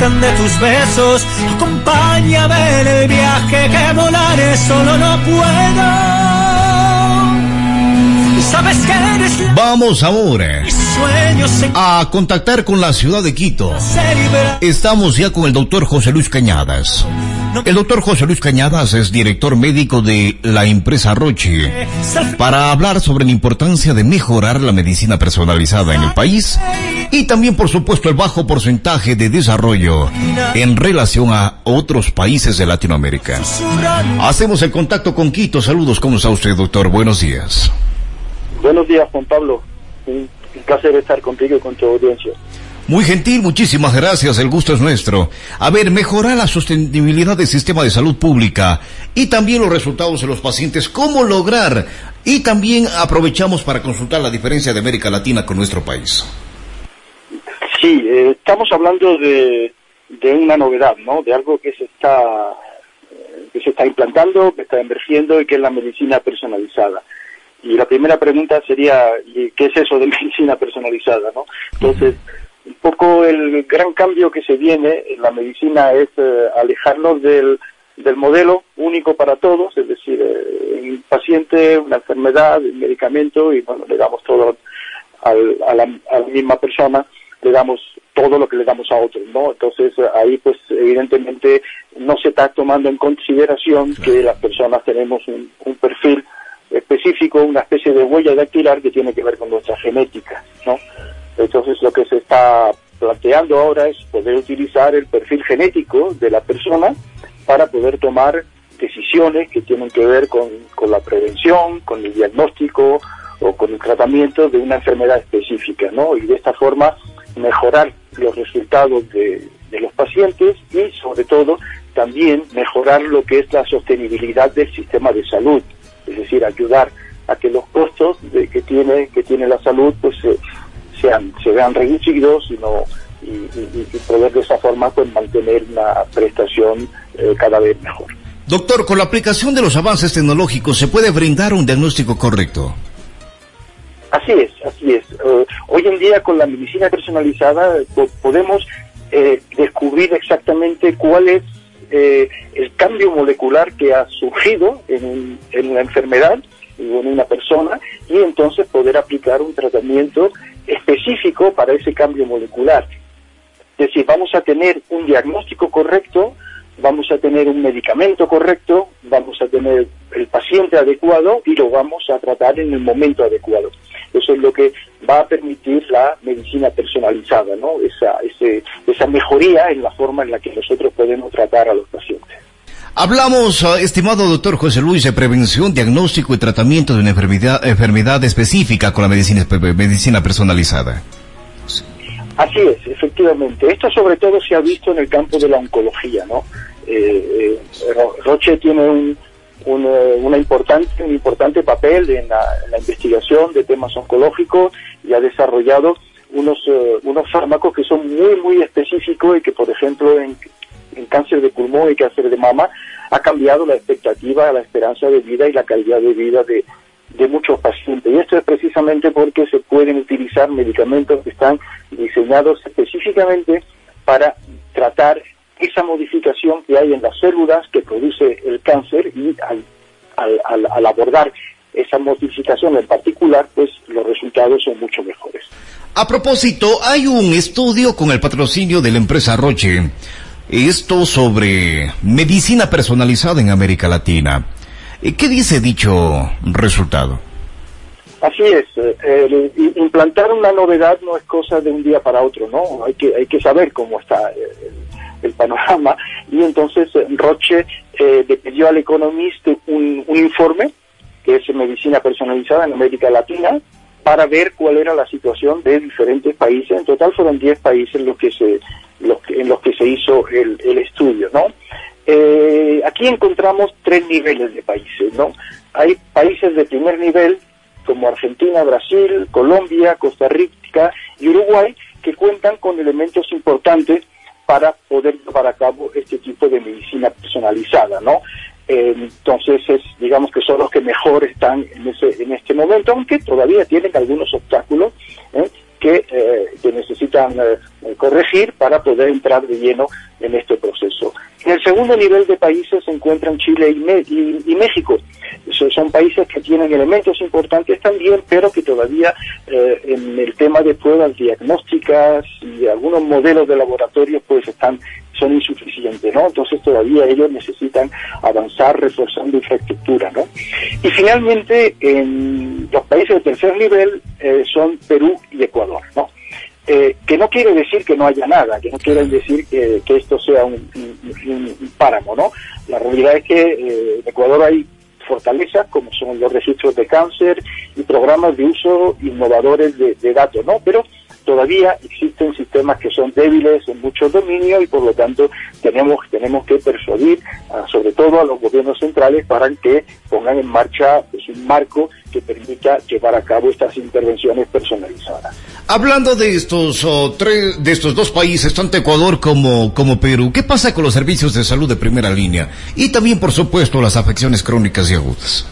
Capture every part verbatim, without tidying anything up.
necesitan de tus besos. Acompáñame en el viaje que volaré solo no puedo. Sabes que eres la... Vamos ahora a contactar con la ciudad de Quito. Estamos ya con el doctor José Luis Cañadas. El doctor José Luis Cañadas es director médico de la empresa Roche, para hablar sobre la importancia de mejorar la medicina personalizada en el país y también, por supuesto, el bajo porcentaje de desarrollo en relación a otros países de Latinoamérica. Hacemos el contacto con Quito. Saludos, ¿cómo está usted, doctor? Buenos días. Buenos días, Juan Pablo. Un, un placer estar contigo y con tu audiencia. Muy gentil, muchísimas gracias, el gusto es nuestro. A ver, mejorar la sostenibilidad del sistema de salud pública y también los resultados de los pacientes, ¿cómo lograr? Y también aprovechamos para consultar la diferencia de América Latina con nuestro país. Sí, eh, estamos hablando de, de una novedad, ¿no? De algo que se está, que se está implantando, que está emergiendo y que es la medicina personalizada. Y la primera pregunta sería, ¿qué es eso de medicina personalizada, no? Entonces, un poco el gran cambio que se viene en la medicina es eh, alejarnos del, del modelo único para todos, es decir, eh, un paciente, una enfermedad, un medicamento, y bueno, le damos todo al, a, la, a la misma persona, le damos todo lo que le damos a otros, ¿no? Entonces, ahí pues evidentemente no se está tomando en consideración que las personas tenemos un, un perfil específico, una especie de huella dactilar que tiene que ver con nuestra genética, ¿no? Entonces lo que se está planteando ahora es poder utilizar el perfil genético de la persona para poder tomar decisiones que tienen que ver con, con la prevención, con el diagnóstico o con el tratamiento de una enfermedad específica, ¿no? Y de esta forma mejorar los resultados de, de los pacientes y sobre todo también mejorar lo que es la sostenibilidad del sistema de salud. Es decir, ayudar a que los costos de, que tiene que tiene la salud pues eh, sean se vean reducidos y no y, y, y poder de esa forma pues mantener una prestación eh, cada vez mejor. Doctor, con la aplicación de los avances tecnológicos se puede brindar un diagnóstico correcto. Así es, así es. Uh, hoy en día con la medicina personalizada po- podemos eh, descubrir exactamente cuál es Eh, el cambio molecular que ha surgido en, un, en una enfermedad o en una persona y entonces poder aplicar un tratamiento específico para ese cambio molecular. Es decir, vamos a tener un diagnóstico correcto, vamos a tener un medicamento correcto, vamos a tener el paciente adecuado y lo vamos a tratar en el momento adecuado. Eso es lo que va a permitir la medicina personalizada, ¿no? Esa, ese, esa mejoría en la forma en la que nosotros podemos tratar a los pacientes. Hablamos, uh, estimado doctor José Luis, de prevención, diagnóstico y tratamiento de una enfermedad, enfermedad específica con la medicina, medicina personalizada. Así es, efectivamente. Esto sobre todo se ha visto en el campo de la oncología, ¿no? Eh, eh, Roche tiene un Un, una importante, un importante papel en la, en la investigación de temas oncológicos y ha desarrollado unos uh, unos fármacos que son muy muy específicos y que, por ejemplo, en, en cáncer de pulmón y cáncer de mama ha cambiado la expectativa, la esperanza de vida y la calidad de vida de, de muchos pacientes. Y esto es precisamente porque se pueden utilizar medicamentos que están diseñados específicamente para tratar esa modificación que hay en las células que produce el cáncer y al, al, al, al abordar esa modificación en particular, pues los resultados son mucho mejores. A propósito, hay un estudio con el patrocinio de la empresa Roche, esto sobre medicina personalizada en América Latina. ¿Qué dice dicho resultado? Así es, eh, implantar una novedad no es cosa de un día para otro, ¿no? Hay que hay que saber cómo está el, el panorama y entonces Roche eh, le pidió al Economist un, un informe que es medicina personalizada en América Latina para ver cuál era la situación de diferentes países. En total fueron diez países en los que se los que, en los que se hizo el, el estudio, ¿no? Eh, aquí encontramos tres niveles de países, ¿no? Hay países de primer nivel como Argentina, Brasil, Colombia, Costa Rica y Uruguay que cuentan con elementos importantes para poder llevar a cabo este tipo de medicina personalizada, ¿no? Eh, entonces, es, digamos que son los que mejor están en ese en este momento, aunque todavía tienen algunos obstáculos, ¿eh? que, eh, que necesitan eh, corregir para poder entrar de lleno en este proceso. En el segundo nivel de países se encuentran Chile y, Me- y, y México. Son, son países que tienen elementos importantes también, pero que todavía eh, en el tema de pruebas diagnósticas y algunos modelos de laboratorio pues están son insuficientes, ¿no? Entonces todavía ellos necesitan avanzar reforzando infraestructura, ¿no? Y finalmente, en los países de tercer nivel eh, son Perú y Ecuador, ¿no? Eh, que no quiere decir que no haya nada, que no quiere decir que, que esto sea un, un, un páramo, ¿no? La realidad es que eh, en Ecuador hay fortalezas como son los registros de cáncer y programas de uso innovadores de, de datos, ¿no? Pero todavía existen sistemas que son débiles en muchos dominios y por lo tanto tenemos tenemos que persuadir a, sobre todo a los gobiernos centrales para que pongan en marcha pues, un marco que permita llevar a cabo estas intervenciones personalizadas. Hablando de estos oh, tres, de estos dos países, tanto Ecuador como como Perú, ¿qué pasa con los servicios de salud de primera línea? Y también, por supuesto, las afecciones crónicas y agudas.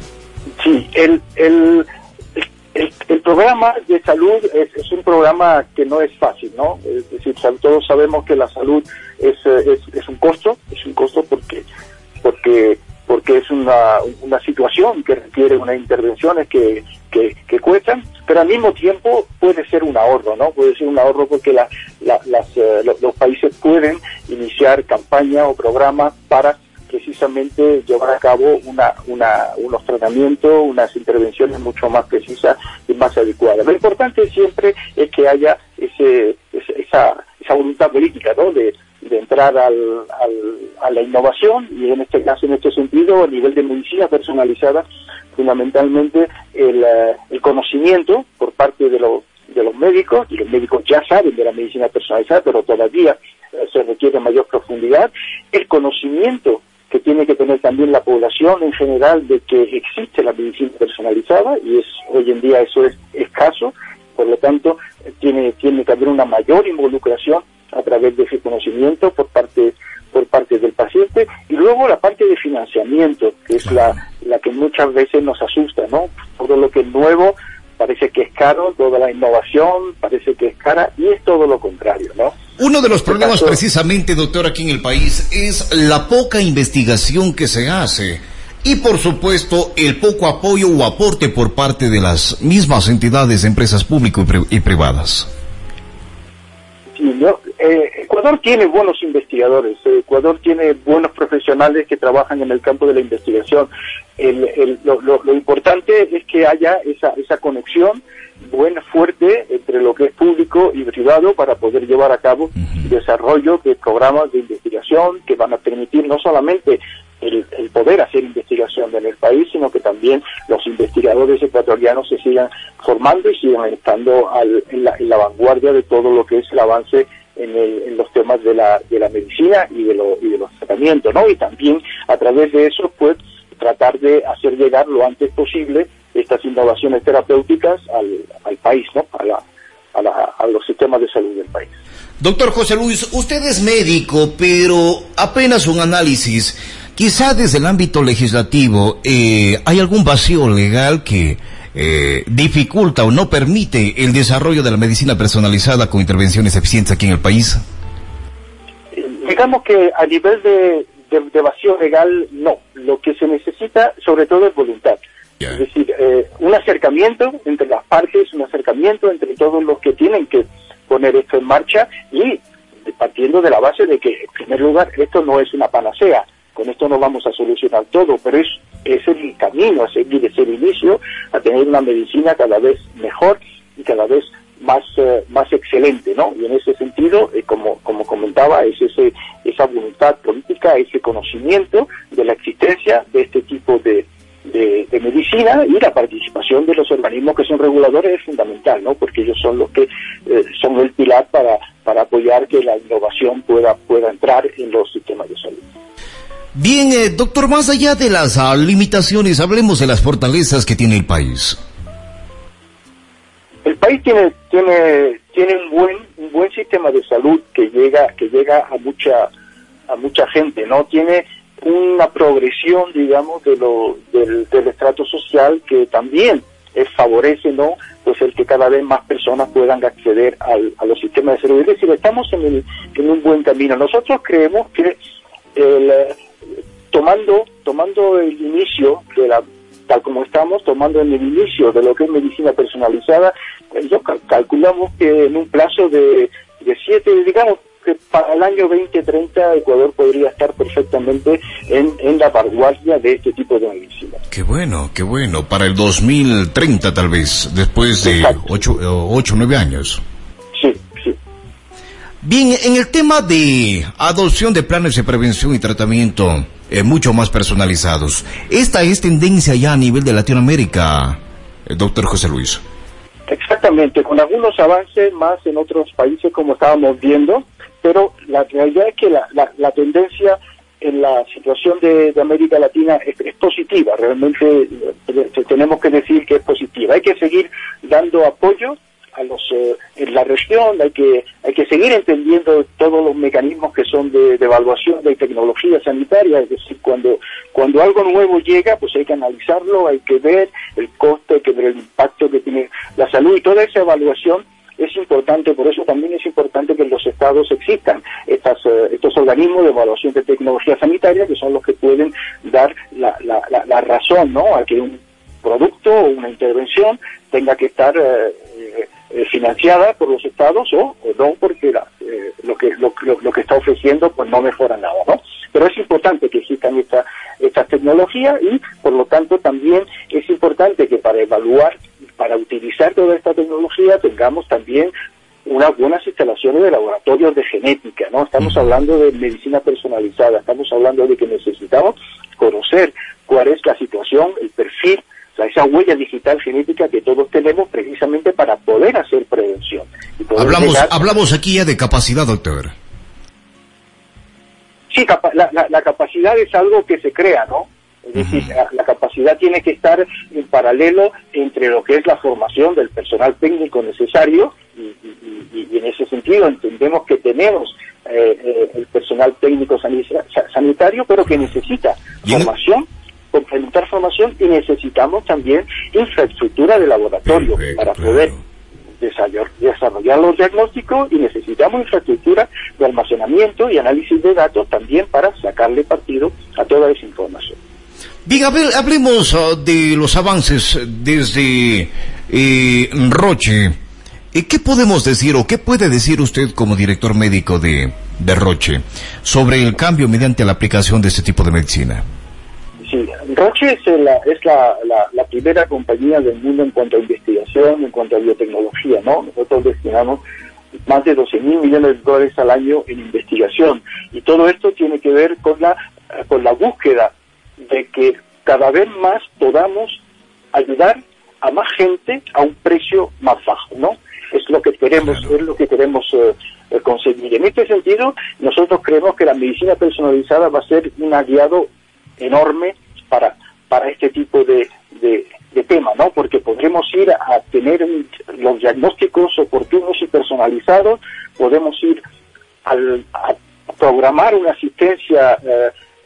Sí, el el El, el programa de salud es, es un programa que no es fácil, ¿no? Es decir, todos sabemos que la salud es, es, es un costo, es un costo porque porque porque es una, una situación que requiere unas intervenciones que, que, que cuestan, pero al mismo tiempo puede ser un ahorro, ¿no? Puede ser un ahorro porque la, la, las, uh, los, los países pueden iniciar campañas o programas para precisamente llevar a cabo una, una, unos tratamientos, unas intervenciones mucho más precisas y más adecuadas. Lo importante siempre es que haya ese, ese esa, esa voluntad política, ¿no? De, de entrar al, al, a la innovación y en este caso, en este sentido, a nivel de medicina personalizada, fundamentalmente el, el conocimiento por parte de los de los médicos, y los médicos ya saben de la medicina personalizada, pero todavía eh, se requiere mayor profundidad, el conocimiento que tiene que tener también la población en general de que existe la medicina personalizada y es hoy en día eso es escaso, por lo tanto tiene tiene que haber una mayor involucración a través de ese conocimiento por parte por parte del paciente y luego la parte de financiamiento que es la la que muchas veces nos asusta, ¿no? Todo lo que es nuevo parece que es caro, toda la innovación parece que es cara y es todo lo contrario, ¿no? Uno de los problemas caso, precisamente, doctor, aquí en el país es la poca investigación que se hace y, por supuesto, el poco apoyo o aporte por parte de las mismas entidades, empresas públicas y privadas. Sí, ¿no? eh, Ecuador tiene buenos investigadores, Ecuador tiene buenos profesionales que trabajan en el campo de la investigación. El, el, lo, lo, lo importante es que haya esa, esa conexión buena, fuerte, entre lo que es público y privado para poder llevar a cabo uh-huh. desarrollo de programas de investigación que van a permitir no solamente el, el poder hacer investigación en el país, sino que también los investigadores ecuatorianos se sigan formando y sigan estando al, en, la, en la vanguardia de todo lo que es el avance en, el, en los temas de la, de la medicina y de, lo, y de los tratamientos, ¿no? Y también a través de eso, pues, tratar de hacer llegar lo antes posible estas innovaciones terapéuticas al, al país, ¿no? A, la, a, la, a los sistemas de salud del país. Doctor José Luis, usted es médico, pero apenas un análisis. Quizá desde el ámbito legislativo, eh, ¿hay algún vacío legal que eh, dificulta o no permite el desarrollo de la medicina personalizada con intervenciones eficientes aquí en el país? Digamos que a nivel de, de, de vacío legal, no. Lo que se necesita, sobre todo, es voluntad. Yeah. Es decir, eh, un acercamiento entre las partes, un acercamiento entre todos los que tienen que poner esto en marcha y partiendo de la base de que, en primer lugar, esto no es una panacea. Con esto no vamos a solucionar todo, pero es, es el camino a seguir, es el inicio a tener una medicina cada vez mejor y cada vez más eh, más excelente, ¿no? Y en ese sentido, eh, como como comentaba, es ese esa voluntad política, ese conocimiento de la existencia de este tipo de, de, de medicina y la participación de los organismos que son reguladores es fundamental, ¿no? Porque ellos son los que eh, son el pilar para para apoyar que la innovación pueda pueda entrar en los sistemas de salud. Bien, eh, doctor, más allá de las uh, limitaciones, hablemos de las fortalezas que tiene el país. El país tiene tiene tiene un buen un buen sistema de salud que llega que llega a mucha a mucha gente, ¿no? Tiene una progresión, digamos, de lo del, del estrato social que también eh, favorece, ¿no?, pues el que cada vez más personas puedan acceder al, a los sistemas de salud. Es decir, estamos en, el, en un buen camino. Nosotros creemos que el, tomando tomando el inicio de la tal como estamos, tomando en el inicio de lo que es medicina personalizada, yo cal calculamos que en un plazo de, de siete, digamos que para el año veinte treinta Ecuador podría estar perfectamente en, en la vanguardia de este tipo de medicina. Qué bueno, qué bueno. Para el dos mil treinta tal vez, después de ocho o nueve años. Sí, sí. Bien, en el tema de adopción de planes de prevención y tratamiento eh, mucho más personalizados, esta es tendencia ya a nivel de Latinoamérica, eh, doctor José Luis. Exactamente, con algunos avances más en otros países como estábamos viendo, pero la realidad es que la, la, la tendencia en la situación de, de América Latina es, es positiva, realmente eh, tenemos que decir que es positiva. Hay que seguir dando apoyo a los eh, en la región, hay que hay que seguir entendiendo todos los mecanismos que son de, de evaluación de tecnología sanitaria, es decir, cuando cuando algo nuevo llega, pues hay que analizarlo, hay que ver el costo, hay que ver el impacto que tiene la salud, y toda esa evaluación es importante. Por eso también es importante que en los estados existan estas, uh, estos organismos de evaluación de tecnología sanitaria, que son los que pueden dar la, la, la, la razón, ¿no?, a que un producto o una intervención tenga que estar eh, eh, financiada por los estados o, o no, porque la, eh, lo que lo, lo, lo que está ofreciendo pues no mejora nada, ¿no? Pero es importante que existan esta, estas tecnologías, y por lo tanto también es importante que para evaluar, para utilizar toda esta tecnología, tengamos también unas buenas instalaciones de laboratorios de genética, ¿no? Estamos hablando de medicina personalizada, estamos hablando de que necesitamos conocer cuál es la situación, el perfil, o sea, esa huella digital genética que todos tenemos precisamente para poder hacer prevención. Y poder hablamos llegar... hablamos aquí ya de capacidad, doctor. Sí, capa la, la, la capacidad es algo que se crea, ¿no? Es decir, uh-huh. la, la capacidad tiene que estar en paralelo entre lo que es la formación del personal técnico necesario, y, y, y en ese sentido entendemos que tenemos eh, eh, el personal técnico sanitario, pero que necesita formación, complementar formación, y necesitamos también infraestructura de laboratorio Perfecto, para poder claro. desarrollar los diagnósticos, y necesitamos infraestructura de almacenamiento y análisis de datos también para sacarle partido a toda esa información. Bien, hablemos uh, de los avances desde eh, Roche. Eh, ¿Qué podemos decir o qué puede decir usted como director médico de, de Roche sobre el cambio mediante la aplicación de este tipo de medicina? Sí, Roche es, la, es la, la, la primera compañía del mundo en cuanto a investigación, en cuanto a biotecnología, ¿no? Nosotros destinamos más de doce mil millones de dólares al año en investigación, y todo esto tiene que ver con la, con la búsqueda de que cada vez más podamos ayudar a más gente a un precio más bajo, ¿no? Es lo que queremos, claro. es lo que queremos eh, conseguir. En este sentido, nosotros creemos que la medicina personalizada va a ser un aliado enorme para para este tipo de, de, de tema, ¿no? Porque podremos ir a tener un, los diagnósticos oportunos y personalizados, podemos ir al, a programar una asistencia eh,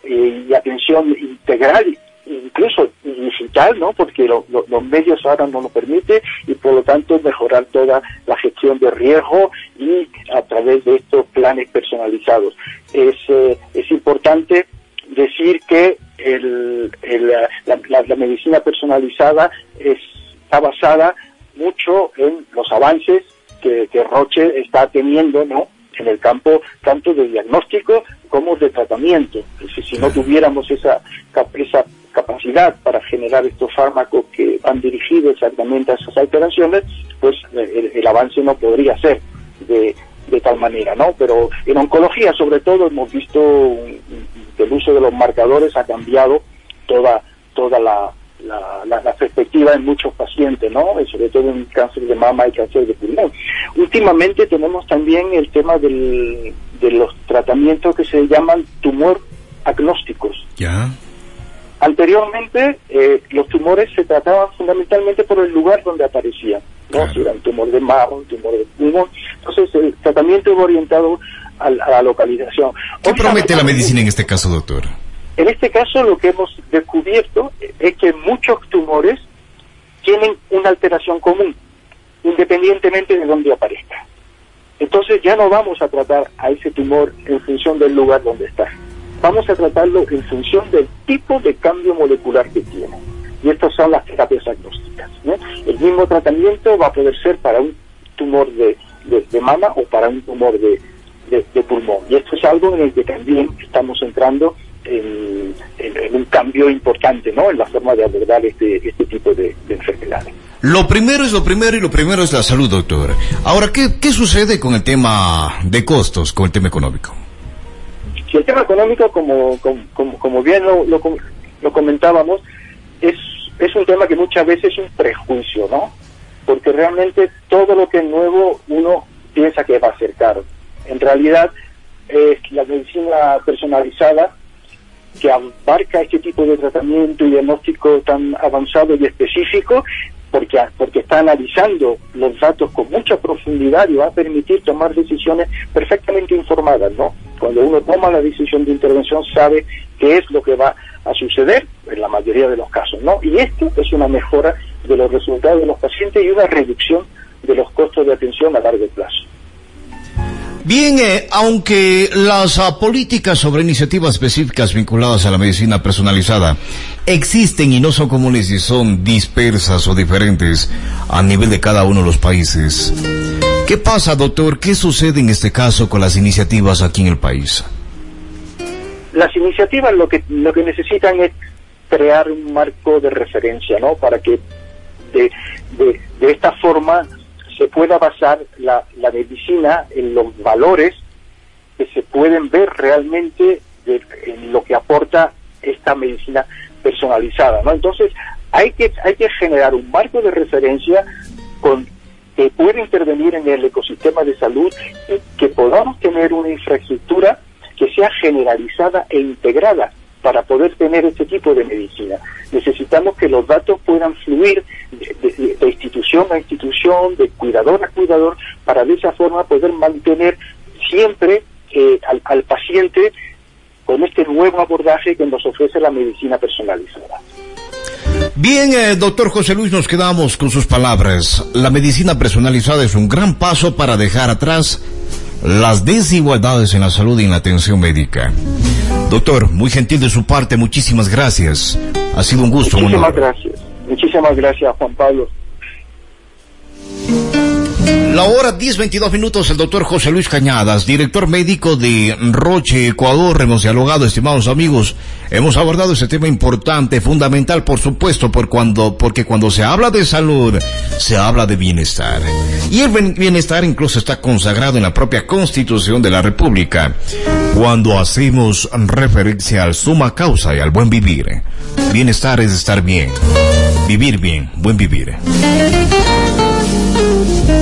y atención integral, incluso digital, ¿no? Porque lo, lo, los medios ahora no lo permiten, y por lo tanto mejorar toda la gestión de riesgo y a través de estos planes personalizados. Es, eh, es importante decir que el, el, la, la, la medicina personalizada es, está basada mucho en los avances que, que Roche está teniendo, ¿no?, en el campo tanto de diagnóstico como de tratamiento. Es decir, si no tuviéramos esa, esa capacidad para generar estos fármacos que van dirigidos exactamente a esas alteraciones, pues el, el avance no podría ser de, de tal manera, ¿no? Pero en oncología, sobre todo, hemos visto que el uso de los marcadores ha cambiado toda toda la, la, la, la perspectiva en muchos pacientes, ¿no? Sobre todo en cáncer de mama y cáncer de pulmón. Últimamente tenemos también el tema del, de los tratamientos que se llaman tumor agnósticos. Ya. Anteriormente, eh, los tumores se trataban fundamentalmente por el lugar donde aparecían, ¿no? Claro. Si era un tumor de mama, un tumor de pulmón. Entonces, el tratamiento es orientado a, a la localización. ¿Qué promete la medicina en este caso, doctor? En este caso, lo que hemos descubierto es que muchos tumores tienen una alteración común, independientemente de dónde aparezca. Entonces ya no vamos a tratar a ese tumor en función del lugar donde está. Vamos a tratarlo en función del tipo de cambio molecular que tiene. Y estas son las terapias agnósticas, ¿no? El mismo tratamiento va a poder ser para un tumor de, de, de mama o para un tumor de, de, de pulmón. Y esto es algo en el que también estamos entrando en, en, en un cambio importante, ¿no?, en la forma de abordar este, este tipo de, de enfermedades. Lo primero es lo primero y lo primero es la salud, doctor. Ahora, ¿qué, qué sucede con el tema de costos, con el tema económico? Si el tema económico, como, como, como bien lo, lo, lo comentábamos, es, es un tema que muchas veces es un prejuicio, ¿no? Porque realmente todo lo que es nuevo uno piensa que va a ser caro. En realidad, es la medicina personalizada que abarca este tipo de tratamiento y diagnóstico tan avanzado y específico, porque, porque está analizando los datos con mucha profundidad y va a permitir tomar decisiones perfectamente informadas, ¿no? Cuando uno toma la decisión de intervención sabe qué es lo que va a suceder en la mayoría de los casos, ¿no? Y esto es una mejora de los resultados de los pacientes y una reducción de los costos de atención a largo plazo. Bien, eh, aunque las uh, políticas sobre iniciativas específicas vinculadas a la medicina personalizada existen y no son comunes y son dispersas o diferentes a nivel de cada uno de los países, ¿qué pasa, doctor? ¿Qué sucede en este caso con las iniciativas aquí en el país? Las iniciativas lo que lo que necesitan es crear un marco de referencia, ¿no? Para que de, de, de esta forma se pueda basar la, la medicina en los valores que se pueden ver realmente de, en lo que aporta esta medicina personalizada, ¿no? Entonces hay que hay que generar un marco de referencia con que pueda intervenir en el ecosistema de salud y que podamos tener una infraestructura que sea generalizada e integrada para poder tener este tipo de medicina. Necesitamos que los datos puedan fluir de, de, de institución a institución, de cuidador a cuidador, para de esa forma poder mantener siempre eh, al, al paciente con este nuevo abordaje que nos ofrece la medicina personalizada. Bien, eh, doctor José Luis, nos quedamos con sus palabras. La medicina personalizada es un gran paso para dejar atrás las desigualdades en la salud y en la atención médica. Doctor, muy gentil de su parte, muchísimas gracias. Ha sido un gusto. Muchísimas gracias. Muchísimas gracias, Juan Pablo. La hora diez veintidós minutos, el doctor José Luis Cañadas, director médico de Roche, Ecuador. Hemos dialogado, estimados amigos, hemos abordado ese tema importante, fundamental, por supuesto, por cuando, porque cuando se habla de salud, se habla de bienestar. Y el bienestar incluso está consagrado en la propia Constitución de la República, cuando hacemos referencia al summa causa y al buen vivir. Bienestar es estar bien, vivir bien, buen vivir.